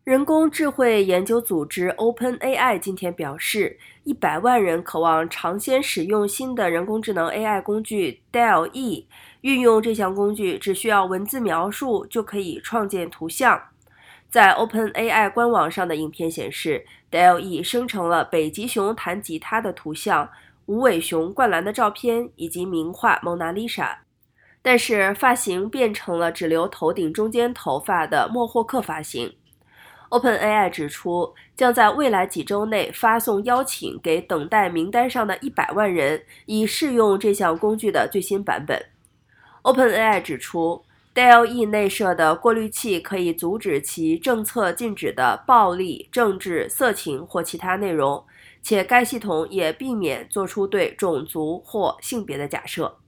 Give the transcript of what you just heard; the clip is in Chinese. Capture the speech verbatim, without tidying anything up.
人工智慧研究组织 OpenAI 今天表示，一百万人渴望尝鲜使用新的人工智能 A I 工具 D A L L-E。运用这项工具只需要文字描述就可以创建图像。在 OpenAI 官网上的影片显示 ，D A L L-E 生成了北极熊弹吉他的图像、无尾熊灌篮的照片以及名画《蒙娜丽莎》。但是发型变成了只留头顶中间头发的莫霍克发型。OpenAI 指出，将在未来几周内发送邀请给等待名单上的一百万人，以试用这项工具的最新版本。OpenAI 指出 ，D A L L-E 内设的过滤器可以阻止其政策禁止的暴力、政治、色情或其他内容，且该系统也避免做出对种族或性别的假设。